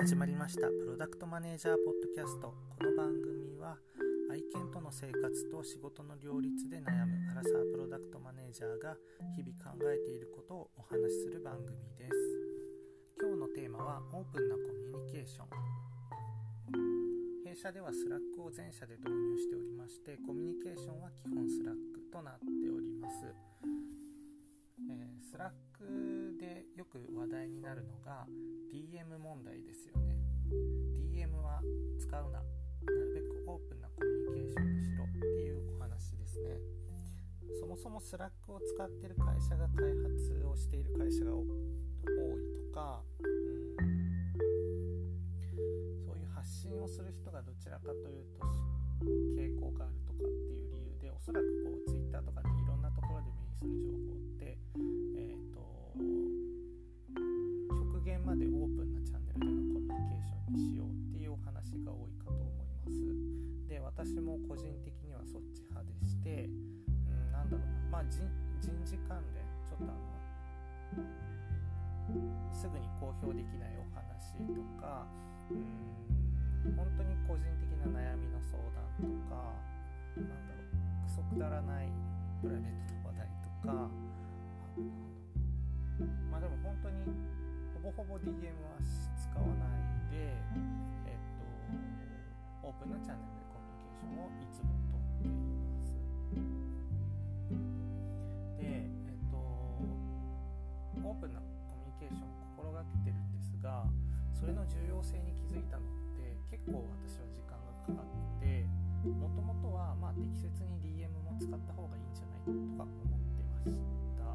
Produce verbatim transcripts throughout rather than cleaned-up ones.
始まりましたプロダクトマネージャーポッドキャスト。この番組は愛犬との生活と仕事の両立で悩むアラサープロダクトマネージャーが日々考えていることをお話しする番組です。今日のテーマはオープンなコミュニケーション。弊社ではスラックを全社で導入しておりまして、コミュニケーションは基本スラックとなっております。えー、スラックでよく話題になるのが ディーエム 問題ですよね。 ディーエム は使うな、なるべくオープンなコミュニケーションにしろっていうお話ですね。そもそもスラックを使っている会社が開発をしている会社が多いとか、うん、そういう発信をする人がどちらかというと傾向があるとかっていう理由で、おそらくこう Twitter とかでいろんなところで目にする情報って、えーと、極限までオープンなチャンネルでのコミュニケーションにしようっていうお話が多いかと思います。で、私も個人的にはそっち派でして、うん、なんだろうな、まあ 人, 人事関連、ちょっとあのすぐに公表できないお話とか、うーん本当に個人的な悩みの相談とか、なんだろう、クソくだらないプライベートの話題とか、まあでも本当にほぼほぼ ディーエム は使わないで、えっとオープンなチャンネルでコミュニケーションをいつもとっています。で、えっとオープンなコミュニケーションを心がけてるんですが、それの重要性に気づいたのって結構私は時間がかかって、もともとはまあ適切に ディーエム も使った方がいいんじゃないとか思ってました。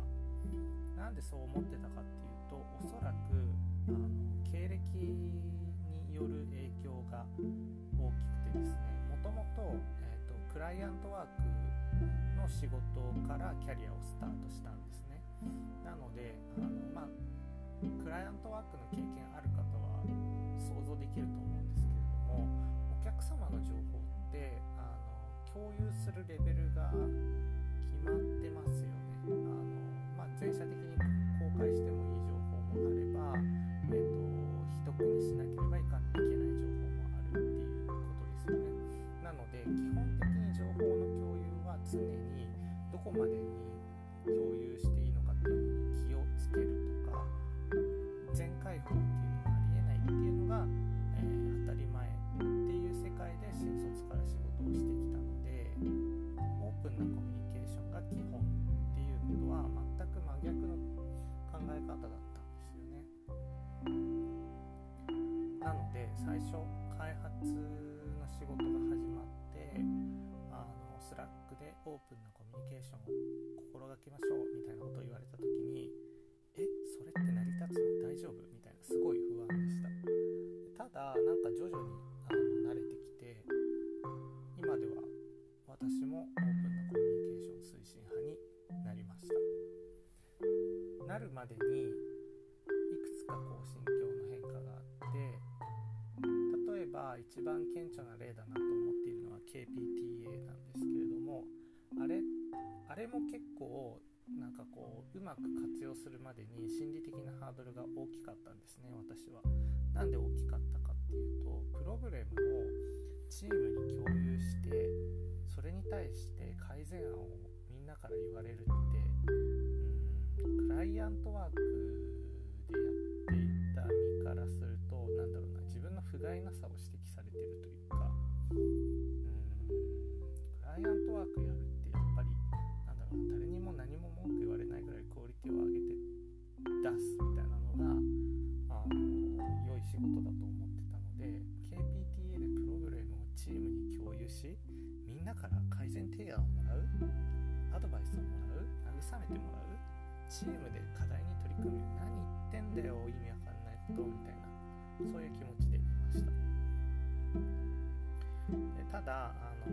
なんでそう思ってたかっていうと、おそらくあの経歴による影響が大きくてですね、もともと、えーと、クライアントワークの仕事からキャリアをスタートしたんですね。なのであの、まあ、クライアントワークの経験ある方は想像できると思うんですけれども、お客様の情報ってあの共有するレベルが決まってますよね。あの、まあ、全社的に公開してもいい情報もあれば、えーと、秘匿にしなければいかんいけない情報もあるっていうことですよね。なので基本的に情報の共有は常にどこまでに共有していいのかっていうのに気をつけるとか、全開放っていうのがありえないっていうのが、えー、当たり前っていう世界で新卒から仕事をしてきたので、オープンなコミュニケーションが基本っていうのとは全く真逆の考え方だったんですよね。なので最初開発の仕事が始まって、あのスラックでオープンなコミュニケーションを心がけましょうみたいなことを言われた時に、え、それって成り立つの？大丈夫？みたいなすごい不安でした。ただなんか徐々にあの慣れてきて、今では私もオープンなコミュニケーション推進派になりました。なるまでにいくつかこう心境の変化があって、例えば一番顕著な例だなと思っているのは ケーピーティーエー なんですけれども、あれあれも結構なんかこううまく活用するまでに心理的なハードルが大きかったんですね。私はなんで大きかったかっていうと、プログラムをチームに共有して、それに対して改善案をみんなから言われるって、うーんクライアントワークでやっていた身からすると、なんだろうな、自分の不甲斐なさを指摘されているというか、うーんクライアントワークやるってやっぱりなんだろう、誰にも何も文句言われないぐらいクオリティを上げて出すみたいなのがあの良い仕事だと思ってたので、 ケーピーティーエー でプログラムをチームに共有し、みんなから改善提案をもらう、アドバイスをもらう、慰めてもらう、チームで課題に取り組む、何言ってんだよ意味わかんないことみたいな、そういう気持ちでいました。でただあの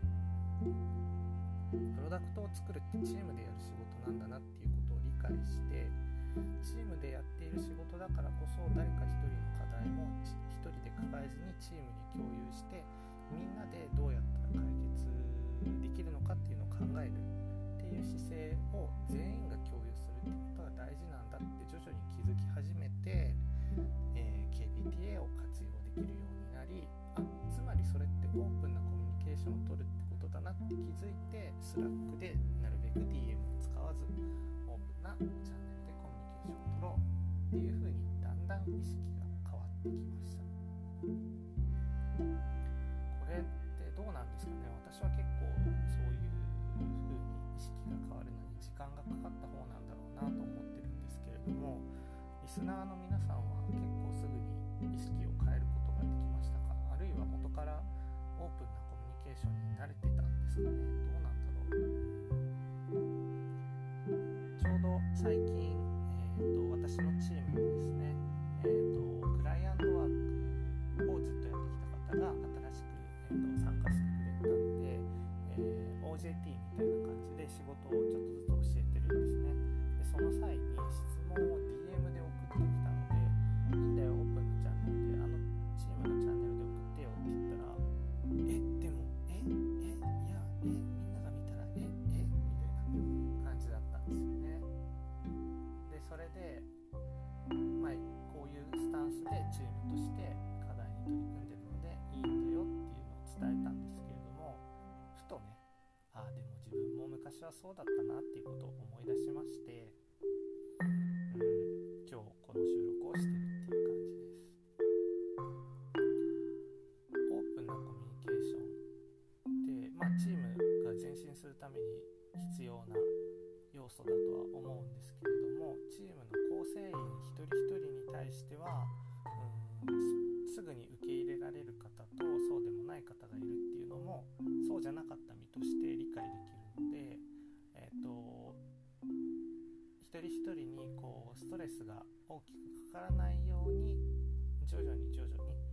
プロダクトを作るってチームでやる仕事なんだなっていうことを理解して、チームでやっている仕事だからこそ誰か一人の課題も一人で抱えずにチームに共有して、みんなでどうやったら解決できるのかっていうのを考えるっていう姿勢を全員が共有するっていうことが大事なんだって徐々に気づき始めて、えー、ケーピーティーエー を活スラックでなるべく ディーエム を使わずオープンなチャンネルでコミュニケーションを取ろうっていう風にだんだん意識が変わってきました。これってどうなんですかね。私は結構そういう風に意識が変わるのに時間がかかった方なんだろうなと思ってるんですけれども、リスナーの皆さんは結構すぐに意識を変えることができましたか？あるいは元からオープンなコミュニケーションに慣れてたんですかね。どうなんだろう。ちょうど最近、えー、と私のチームでですね、えー、とクライアントワークをずっとやってきた方が新しく、えー、と参加してくれたので、えー、オージェーティー みたいな感じで仕事をちょっとずつ教えてるんですね。でその際に質問を ディーエム で送ってきたので、いいんだよオープンのチャンネルで、あのチームのチャンネルで送ってよって言ったら、えでもええいやえみんなが見たらええみたいな感じだったんですよね。でそれで、まあ、こういうスタンスでチームとして課題に取り組んでるのでいいんだよっていうのを伝えたんですけれども、ふとね、ああでも自分も昔はそうだったなっていうことを思い出しまして、うん、今日この収録をしてるっていう感じです。オープンなコミュニケーションで、まあ、チームが前進するために必要な要素だとは思うんですけれども、チームの構成員一人一人に対しては、うん、すぐに受け入れられる方とそうでもない方がいるっていうのも、そうじゃなかった身として理解できるので、えーと、一人一人にこうストレスが大きくかからないように徐々に徐々に